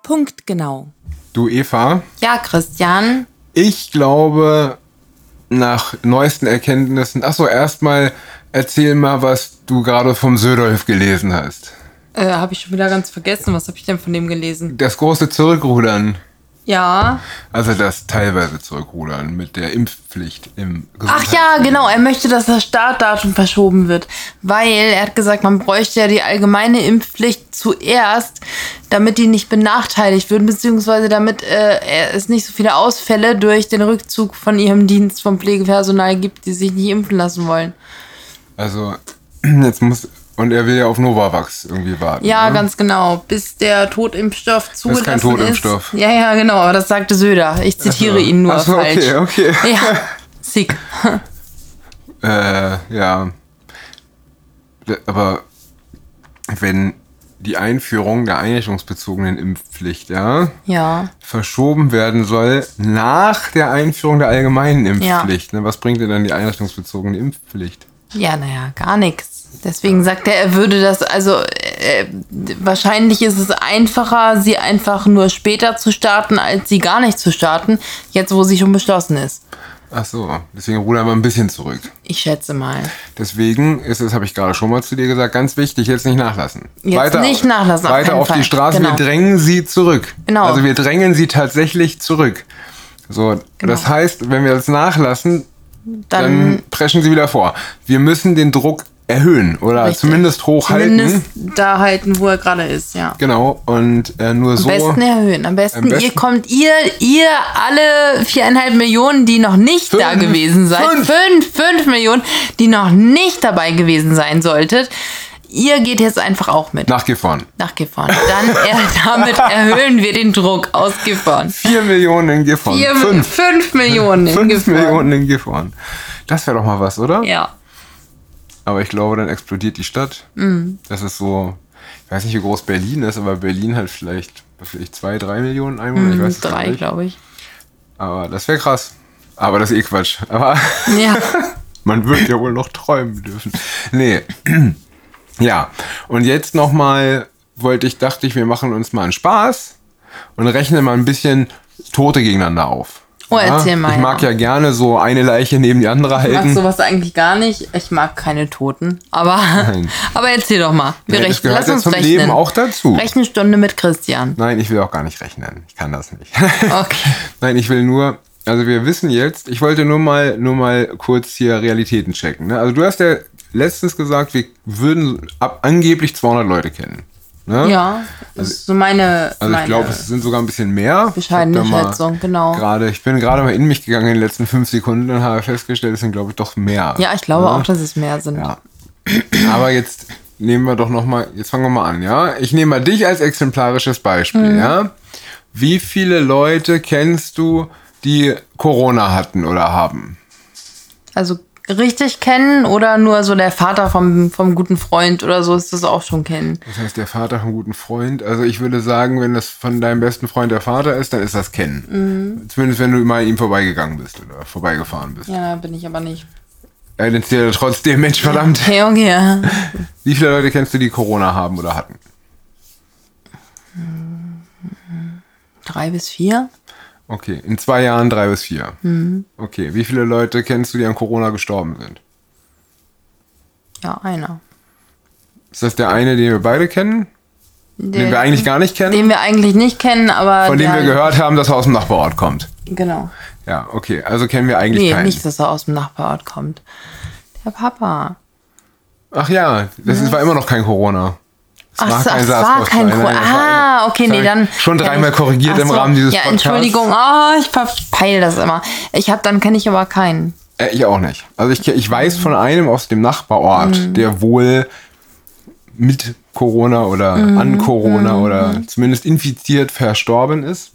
Punktgenau. Du, Eva? Ja, Christian? Ich glaube, nach neuesten Erkenntnissen... Achso, erstmal erzähl mal, was du gerade vom Södolf gelesen hast. Habe ich schon wieder ganz vergessen. Was habe ich denn von dem gelesen? Das große Zurückrudern. Ja. Also das teilweise Zurückrudern mit der Impfpflicht im Ach ja, genau. Er möchte, dass das Startdatum verschoben wird. Weil er hat gesagt, man bräuchte ja die allgemeine Impfpflicht zuerst, damit die nicht benachteiligt würden, beziehungsweise damit es nicht so viele Ausfälle durch den Rückzug von ihrem Dienst vom Pflegepersonal gibt, die sich nicht impfen lassen wollen. Also jetzt muss... Und er will ja auf Novavax irgendwie warten. Ja, ne? Ganz genau. Bis der Totimpfstoff zugelassen ist. Das ist kein Totimpfstoff. Ja, genau. Aber das sagte Söder. Ich zitiere ihn nur falsch. Okay. Ja, sick. Ja. Aber wenn die Einführung der einrichtungsbezogenen Impfpflicht, verschoben werden soll nach der Einführung der allgemeinen Impfpflicht, ne? Was bringt dir dann die einrichtungsbezogene Impfpflicht? Ja, naja, gar nichts. Deswegen sagt er würde das, wahrscheinlich ist es einfacher, sie einfach nur später zu starten, als sie gar nicht zu starten, jetzt wo sie schon beschlossen ist. Ach so, deswegen rudern wir ein bisschen zurück. Ich schätze mal. Deswegen ist es, habe ich gerade schon mal zu dir gesagt, ganz wichtig, jetzt nicht nachlassen. Weiter auf die Straße, genau. Wir drängen sie zurück. Genau. Also wir drängen sie tatsächlich zurück. So, genau. Das heißt, wenn wir jetzt nachlassen, dann preschen sie wieder vor. Wir müssen den Druck erhöhen oder richtig. Zumindest hochhalten. Zumindest da halten, wo er gerade ist, ja. Genau, und nur so. Am besten erhöhen. Am besten. Ihr kommt, ihr alle 4,5 Millionen, die noch nicht da gewesen seid. 5 Millionen, die noch nicht dabei gewesen sein solltet. Ihr geht jetzt einfach auch mit. Nach Gifhorn. Damit erhöhen wir den Druck aus Gifhorn. 4 Millionen in Gifhorn. 5 Millionen in Gifhorn. 5 Millionen in Gifhorn. Das wäre doch mal was, oder? Ja. Aber ich glaube, dann explodiert die Stadt. Mhm. Das ist so, ich weiß nicht, wie groß Berlin ist, aber Berlin hat vielleicht 2-3 Millionen Einwohner. Ich weiß es 3, glaube ich. Aber das wäre krass. Aber das ist Quatsch. Aber ja. Man wird ja wohl noch träumen dürfen. Nee. Ja, und jetzt nochmal dachte ich, wir machen uns mal einen Spaß und rechnen mal ein bisschen Tote gegeneinander auf. Oh, erzähl mal. Ich mag ja gerne so eine Leiche neben die andere halten. Ich mag sowas eigentlich gar nicht. Ich mag keine Toten. Aber erzähl doch mal. Das gehört ja zum Leben auch dazu. Rechenstunde mit Christian. Nein, ich will auch gar nicht rechnen. Ich kann das nicht. Okay. Nein, ich will nur, also wir wissen jetzt, ich wollte nur mal kurz hier Realitäten checken. Ne? Also du hast ja letztens gesagt, wir würden angeblich 200 Leute kennen. Ne? Ja, das ist so meine ich glaube, es sind sogar ein bisschen mehr. Bescheidene Schätzung, genau. Ich bin gerade mal in mich gegangen in den letzten 5 Sekunden und habe festgestellt, es sind, glaube ich, doch mehr. Ja, ich glaube auch, dass es mehr sind. Ja. Aber jetzt nehmen wir doch jetzt fangen wir mal an, ja? Ich nehme mal dich als exemplarisches Beispiel, ja? Wie viele Leute kennst du, die Corona hatten oder haben? Also richtig kennen oder nur so der Vater vom guten Freund oder so ist das auch schon kennen? Das heißt, der Vater vom guten Freund. Also ich würde sagen, wenn das von deinem besten Freund der Vater ist, dann ist das kennen. Zumindest wenn du mal an ihm vorbeigegangen bist oder vorbeigefahren bist. Ja, bin ich aber nicht. Ja, dann zählt trotzdem, Mensch, verdammt. Okay. Wie viele Leute kennst du, die Corona haben oder hatten? 3 bis 4. Okay, in 2 Jahren 3 bis 4. Okay, wie viele Leute kennst du, die an Corona gestorben sind? Ja, einer. Ist das der eine, den wir beide kennen? Den wir eigentlich gar nicht kennen? Den wir eigentlich nicht kennen, aber... Von dem wir gehört haben, dass er aus dem Nachbarort kommt. Genau. Ja, okay, also kennen wir eigentlich keinen. Nee, nicht, dass er aus dem Nachbarort kommt. Der Papa. Ach ja, war immer noch kein Corona. Es war kein Corona. Okay, nee, dann... Schon 3-mal korrigiert im Rahmen dieses Podcasts. Ja, Entschuldigung, ich verpeile das immer. Dann kenne ich aber keinen. Ich auch nicht. Also ich weiß von einem aus dem Nachbarort, der wohl mit Corona oder an Corona oder zumindest infiziert verstorben ist.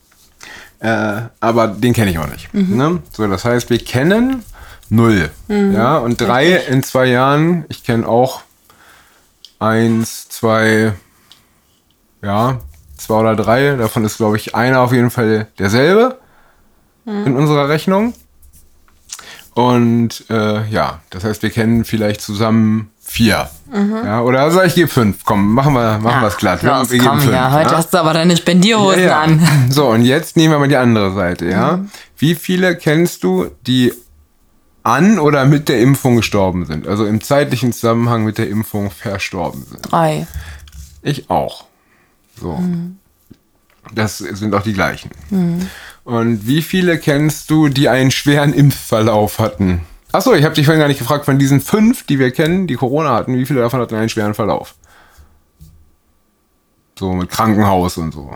Aber den kenne ich auch nicht. Ne? So, das heißt, wir kennen 0. Ja, und 3 in 2 Jahren. Ich kenne auch 1, 2, 2 oder 3. Davon ist, glaube ich, einer auf jeden Fall derselbe in unserer Rechnung. Und das heißt, wir kennen vielleicht zusammen 4. Ja, oder sag ich, gebe 5. Komm, machen wir es glatt. Los, wir geben komm, 5. ja. Heute hast du aber deine Spendierhosen an. So, und jetzt nehmen wir mal die andere Seite, ja. Wie viele kennst du, die an oder mit der Impfung gestorben sind? Also im zeitlichen Zusammenhang mit der Impfung verstorben sind. 3. Ich auch. So. Das sind auch die gleichen. Und wie viele kennst du, die einen schweren Impfverlauf hatten? Achso, ich habe dich vorhin gar nicht gefragt, von diesen 5, die wir kennen, die Corona hatten, wie viele davon hatten einen schweren Verlauf? So mit Krankenhaus und so.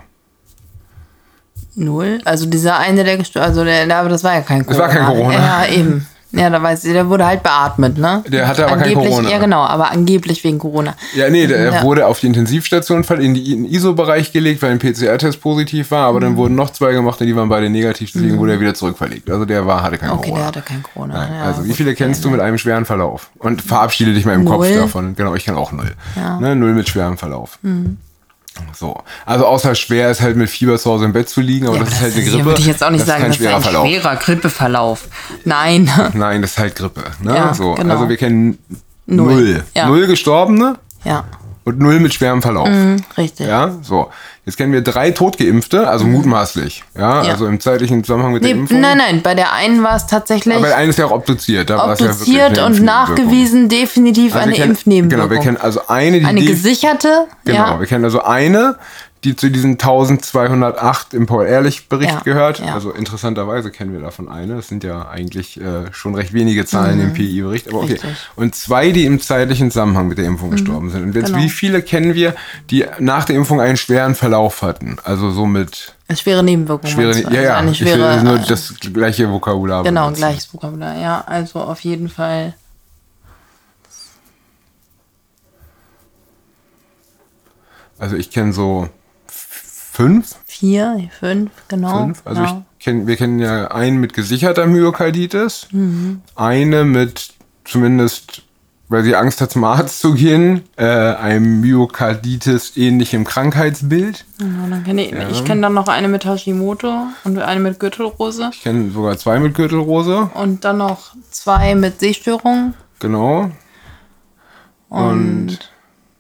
0. Also dieser eine, der gestorben, aber das war ja kein Corona. Das war kein Corona. Ja, eben. Ja, der wurde halt beatmet, ne? Der hatte aber kein Corona. Ja, genau, aber angeblich wegen Corona. Ja, nee, der wurde auf die Intensivstation in den ISO-Bereich gelegt, weil ein PCR-Test positiv war, aber dann wurden noch 2 gemacht und die waren beide negativ, deswegen wurde er wieder zurückverlegt. Also hatte kein Corona. Okay, der hatte kein Corona. Nein, Ja, also wie viele kennst du mit einem schweren Verlauf? Und verabschiede dich mal im 0. Kopf davon. Genau, ich kann auch 0. Ja. Ne, 0 mit schwerem Verlauf. So. Also außer schwer ist halt mit Fieber zu Hause im Bett zu liegen, aber das ist halt eine Grippe. Würde ich jetzt auch nicht sagen, das ist kein schwerer Grippeverlauf. Nein. Nein, das ist halt Grippe. Ne? Ja, so. genau. Also wir kennen 0. 0 Gestorbene Ja. und 0 mit schwerem Verlauf. Richtig. Ja, so. Jetzt kennen wir 3 Totgeimpfte, also mutmaßlich. Ja, Ja. also im zeitlichen Zusammenhang mit der Impfung. Nein, bei der einen war es tatsächlich Aber der eine ist ja auch obduziert. Da war es ja wirklich obduziert eine und Impfnebenwirkung. nachgewiesen definitiv Also eine wir kennen- Impfnebenwirkung. Genau, wir kennen also eine, eine gesicherte, Genau, ja. wir kennen also eine, die zu diesen 1208 im Paul-Ehrlich-Bericht Ja, gehört. ja. Also interessanterweise kennen wir davon eine. Das sind ja eigentlich schon recht wenige Zahlen im PI-Bericht. Aber okay. Richtig. Und 2, die im zeitlichen Zusammenhang mit der Impfung gestorben sind. Und jetzt, Genau. wie viele kennen wir, die nach der Impfung einen schweren Verlauf hatten? Also so mit Schwere Nebenwirkungen. meinst du? ja. Also eine Ich will schwere, nur das gleiche Vokabular genau, benutzen. gleiches Vokabular. Ja, also auf jeden Fall. Also ich kenne so 5. 4, 5, genau. 5. Also ja. wir kennen ja einen mit gesicherter Myokarditis, eine mit zumindest, weil sie Angst hat, zum Arzt zu gehen, einem Myokarditis-ähnlichem Krankheitsbild. Ja, dann ich kenne dann noch eine mit Hashimoto und eine mit Gürtelrose. Ich kenne sogar 2 mit Gürtelrose. Und dann noch 2 mit Sehstörungen. Genau. Und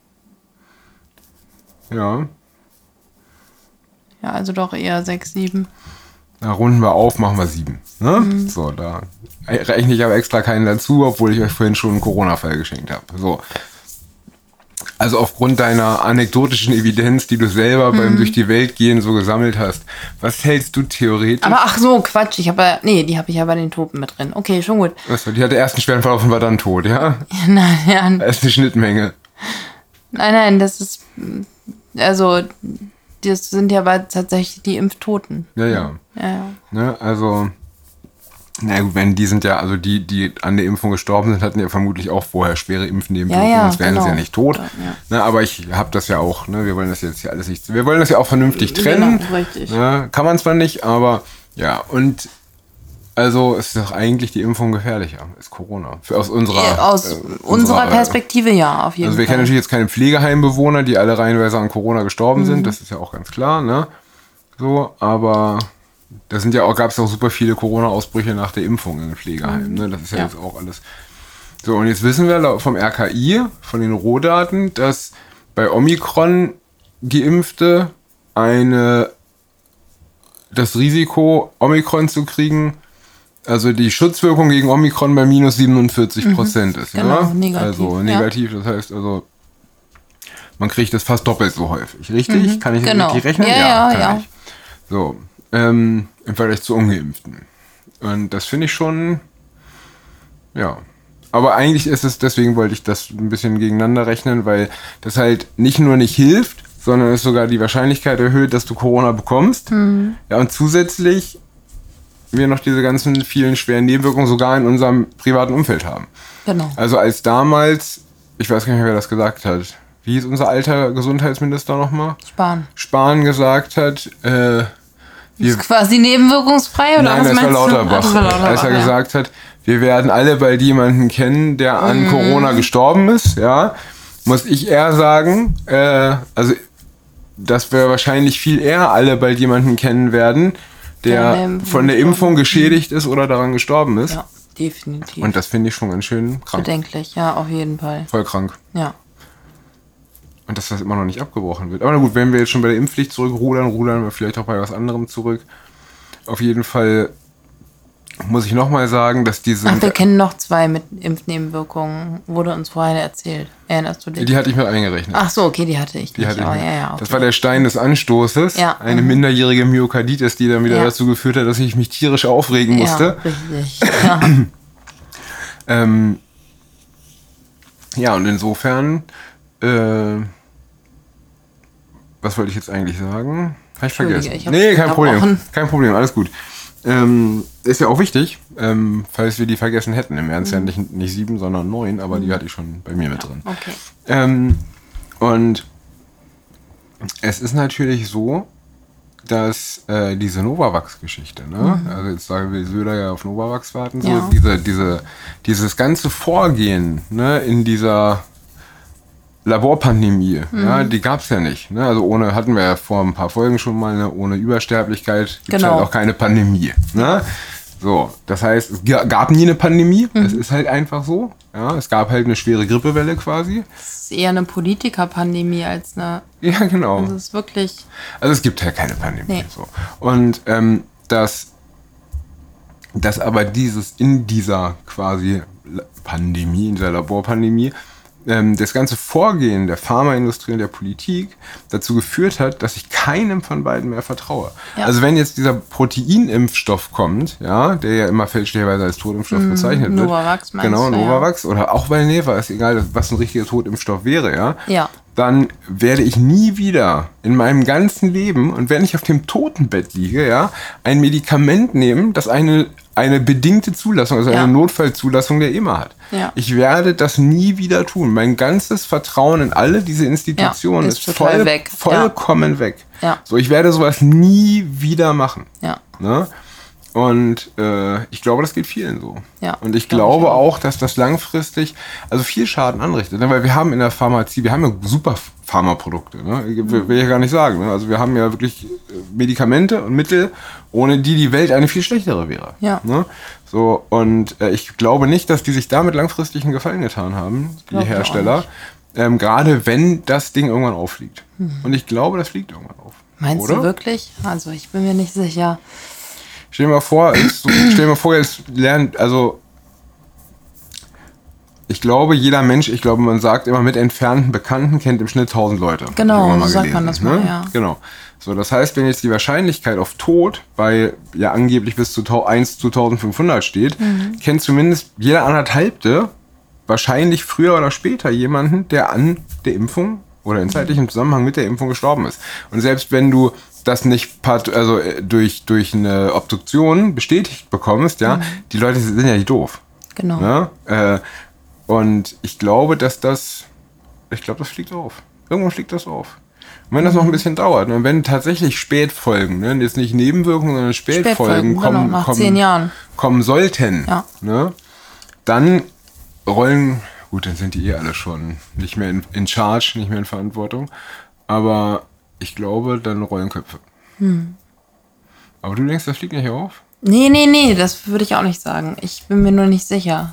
ja, ja, also doch eher 6, 7. da runden wir auf, machen wir 7. Ne? So, da rechne ich aber extra keinen dazu, obwohl ich euch vorhin schon einen Corona-Fall geschenkt habe. So. Also aufgrund deiner anekdotischen Evidenz, die du selber beim durch die Welt gehen so gesammelt hast, was hältst du theoretisch? Aber ach so, Quatsch. Die habe ich ja bei den Toten mit drin. Okay, schon gut. Achso, die hatte erst einen schweren Verlauf und war dann tot, ja? Nein, Das ist eine Schnittmenge. nein, das ist, also, das sind ja aber tatsächlich die Impftoten. Ja. Ja. Ne? Also, na gut, wenn die sind ja, also die an der Impfung gestorben sind, hatten ja vermutlich auch vorher schwere Impfnebenwirkungen, Ja, sonst wären sie genau. ja nicht tot. Ja. Ne? Aber ich habe das ja auch, ne? Wir wollen das jetzt hier alles nicht, wir wollen das ja auch vernünftig trennen. Genau, richtig. Ne? Kann man zwar nicht, aber ja, und also ist doch eigentlich die Impfung gefährlicher, ist Corona. Aus unserer Perspektive ja, auf jeden Also wir Fall. kennen natürlich jetzt keine Pflegeheimbewohner, die alle reihenweise an Corona gestorben sind, das ist ja auch ganz klar, ne? So, aber da sind ja auch, gab es auch super viele Corona-Ausbrüche nach der Impfung in den Pflegeheimen, ne? Das ist ja jetzt auch alles. So, und jetzt wissen wir vom RKI, von den Rohdaten, dass bei Omikron Geimpfte das Risiko, Omikron zu kriegen, also die Schutzwirkung gegen Omikron bei minus 47% ist. Genau, ja? negativ, Also negativ, das heißt also, man kriegt das fast doppelt so häufig. Richtig? Kann ich das Genau. richtig rechnen? Ja, kann ja. ich. So, im Vergleich zu Ungeimpften. Und das finde ich schon, ja. Aber eigentlich ist es, deswegen wollte ich das ein bisschen gegeneinander rechnen, weil das halt nicht nur nicht hilft, sondern es sogar die Wahrscheinlichkeit erhöht, dass du Corona bekommst. Ja, und zusätzlich wir noch diese ganzen vielen schweren Nebenwirkungen sogar in unserem privaten Umfeld haben. Genau. Also als damals, ich weiß gar nicht mehr, wer das gesagt hat, wie hieß unser alter Gesundheitsminister nochmal? Spahn gesagt hat, ist quasi nebenwirkungsfrei oder nein, was das war meinst du? Lauterbach. Das war Lauterbach, Als er ja. gesagt hat, wir werden alle bald jemanden kennen, der an Corona gestorben ist, ja, muss ich eher sagen, also dass wir wahrscheinlich viel eher alle bald jemanden kennen werden, der von der Impfung geschädigt ist oder daran gestorben ist. Ja. Definitiv. Und das finde ich schon ganz schön krank. Bedenklich, ja, auf jeden Fall. Voll krank. Ja. Und dass das immer noch nicht abgebrochen wird. Aber na gut, wenn wir jetzt schon bei der Impfpflicht zurückrudern, rudern wir vielleicht auch bei was anderem zurück. Auf jeden Fall muss ich nochmal sagen, dass diese... Ach, wir kennen noch 2 mit Impfnebenwirkungen. Wurde uns vorher erzählt. Erinnerst du dich? Die hatte ich mit eingerechnet. Ach so, okay, die hatte ich nicht. Okay. Okay. Das war der Stein des Anstoßes. Ja. Eine minderjährige Myokarditis, die dann wieder dazu geführt hat, dass ich mich tierisch aufregen musste. Ja, richtig. Ja. Ja, und insofern... was wollte ich jetzt eigentlich sagen? Habe ich vergessen. Nee, kein Problem. Kein Problem, alles gut. Ist ja auch wichtig, falls wir die vergessen hätten. Im Ernst ja nicht 7, sondern 9, aber die hatte ich schon bei mir mit drin. Okay. Und es ist natürlich so, dass diese Novavax-Geschichte, ne? Also jetzt sagen wir Söder ja auf Novavax warten, so dieses ganze Vorgehen, ne, in dieser Laborpandemie, ja, die gab es ja nicht. Ne? Also hatten wir ja vor ein paar Folgen schon mal, ne? Ohne Übersterblichkeit gibt es halt auch keine Pandemie. Ne? So, das heißt, es gab nie eine Pandemie, es ist halt einfach so. Ja? Es gab halt eine schwere Grippewelle quasi. Es ist eher eine Politikerpandemie als eine... Ja, genau. Also es ist wirklich... Also es gibt halt keine Pandemie. Nee. So. Und dass aber in dieser quasi Pandemie, in dieser Laborpandemie, das ganze Vorgehen der Pharmaindustrie und der Politik dazu geführt hat, dass ich keinem von beiden mehr vertraue. Ja. Also wenn jetzt dieser Proteinimpfstoff kommt, ja, der ja immer fälschlicherweise als Totimpfstoff bezeichnet wird. Novavax meinst genau, du, Novavax oder auch bei Neva, ist egal, was ein richtiger Totimpfstoff wäre, ja. Dann werde ich nie wieder in meinem ganzen Leben, und wenn ich auf dem Totenbett liege, ja, ein Medikament nehmen, das eine bedingte Zulassung, also eine Notfallzulassung der EMA hat. Ja. Ich werde das nie wieder tun. Mein ganzes Vertrauen in alle diese Institutionen ist vollkommen weg. Ja. So, ich werde sowas nie wieder machen. Ja. Ne? Und ich glaube, das geht vielen so. Ja, und ich glaube auch, dass das langfristig also viel Schaden anrichtet. Ne? Weil wir haben in der Pharmazie, wir haben ja super Pharmaprodukte. Ne? Will ich ja gar nicht sagen. Ne? Also wir haben ja wirklich Medikamente und Mittel, ohne die Welt eine viel schlechtere wäre. Ja. Ne? So, und ich glaube nicht, dass die sich damit langfristig einen Gefallen getan haben, die Hersteller. Gerade wenn das Ding irgendwann auffliegt. Und ich glaube, das fliegt irgendwann auf. Meinst du wirklich? Also ich bin mir nicht sicher. Stell dir mal vor, jetzt lernt, also ich glaube, man sagt immer, mit entfernten Bekannten kennt im Schnitt 1000 Leute. Genau, so sagt man das mal, ja. Genau. So, das heißt, wenn jetzt die Wahrscheinlichkeit auf Tod bei ja angeblich bis zu 1 zu 1500 steht, kennt zumindest jeder anderthalbte wahrscheinlich früher oder später jemanden, der an der Impfung oder in zeitlichem Zusammenhang mit der Impfung gestorben ist. Und selbst wenn du das nicht durch eine Obduktion bestätigt bekommst, ja, die Leute sind ja nicht doof. Genau. Ja? Und ich glaube, das fliegt auf. Irgendwann fliegt das auf. Und wenn das noch ein bisschen dauert, und wenn tatsächlich Spätfolgen, ne, jetzt nicht Nebenwirkungen, sondern Spätfolgen kommen, nach 10 Jahren kommen sollten, ja. Ne, dann dann sind die alle schon nicht mehr in Charge, nicht mehr in Verantwortung, aber ich glaube, dann rollen Köpfe. Aber du denkst, das fliegt nicht auf? Nee, das würde ich auch nicht sagen. Ich bin mir nur nicht sicher.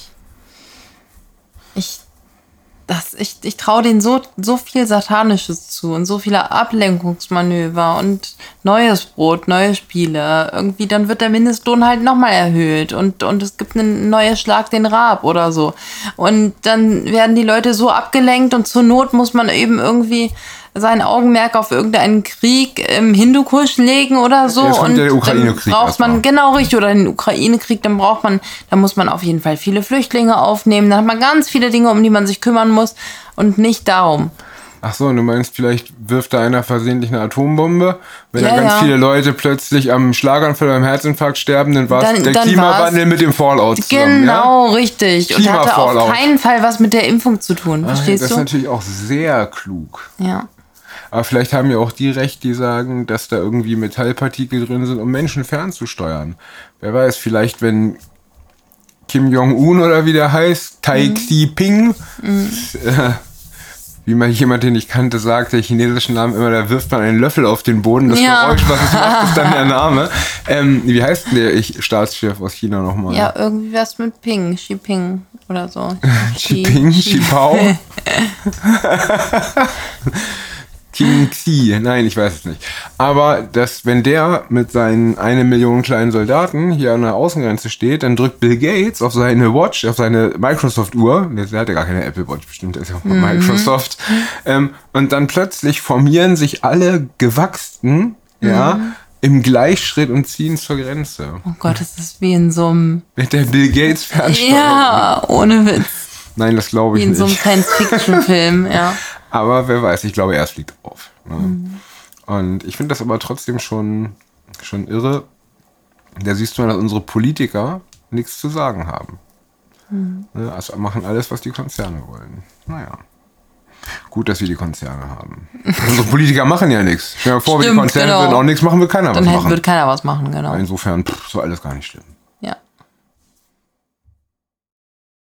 Ich traue denen so viel Satanisches zu und so viele Ablenkungsmanöver und neues Brot, neue Spiele. Irgendwie, dann wird der Mindestlohn halt nochmal erhöht und es gibt einen neuen Schlag den Raab oder so. Und dann werden die Leute so abgelenkt und zur Not muss man eben irgendwie sein Augenmerk auf irgendeinen Krieg im Hindukusch legen oder so. Jetzt kommt und der Ukraine-Krieg. Dann braucht man, genau richtig, oder den Ukraine-Krieg, da muss man auf jeden Fall viele Flüchtlinge aufnehmen. Da hat man ganz viele Dinge, um die man sich kümmern muss und nicht darum. Ach so, und du meinst, vielleicht wirft da einer versehentlich eine Atombombe? Wenn da ganz viele Leute plötzlich am Schlaganfall oder am Herzinfarkt sterben, dann war es der Klimawandel mit dem Fallout zusammen. Genau, richtig. Und hatte auf keinen Fall was mit der Impfung zu tun. Verstehst du? Das ist natürlich auch sehr klug. Ja. Aber vielleicht haben ja auch die recht, die sagen, dass da irgendwie Metallpartikel drin sind, um Menschen fernzusteuern. Wer weiß, vielleicht wenn Kim Jong-un oder wie der heißt, Tai Xi-Ping, Wie mal jemand, den ich kannte, sagt, der chinesische Name immer, da wirft man einen Löffel auf den Boden. Das Geräusch, was es macht, ist dann der Name. Wie heißt denn der Staatschef aus China nochmal? Ja, irgendwie was mit Ping, Xi-Ping oder so. Xi-Ping, Xi-Pao? King Xi, nein, ich weiß es nicht. Aber wenn der mit seinen 1 Million kleinen Soldaten hier an der Außengrenze steht, dann drückt Bill Gates auf seine Watch, auf seine Microsoft-Uhr, der hat ja gar keine Apple Watch, bestimmt, der ist ja von Microsoft, und dann plötzlich formieren sich alle Gewachsenen, im Gleichschritt und ziehen zur Grenze. Oh Gott, das ist wie in so einem... Mit der Bill Gates Fernsteuerung. Ja, ohne Witz. Nein, das glaube ich nicht. Wie in so einem Science-Fiction-Film, ja. Aber wer weiß, ich glaube, er fliegt auf. Ne? Und ich finde das aber trotzdem schon irre. Da siehst du, dass unsere Politiker nichts zu sagen haben. Ne? Also machen alles, was die Konzerne wollen. Naja. Gut, dass wir die Konzerne haben. Unsere Politiker machen ja nichts. Stell dir mal vor, die Konzerne würden auch nichts machen, würde keiner was machen. Dann würde keiner was machen, genau. Insofern, so alles gar nicht schlimm.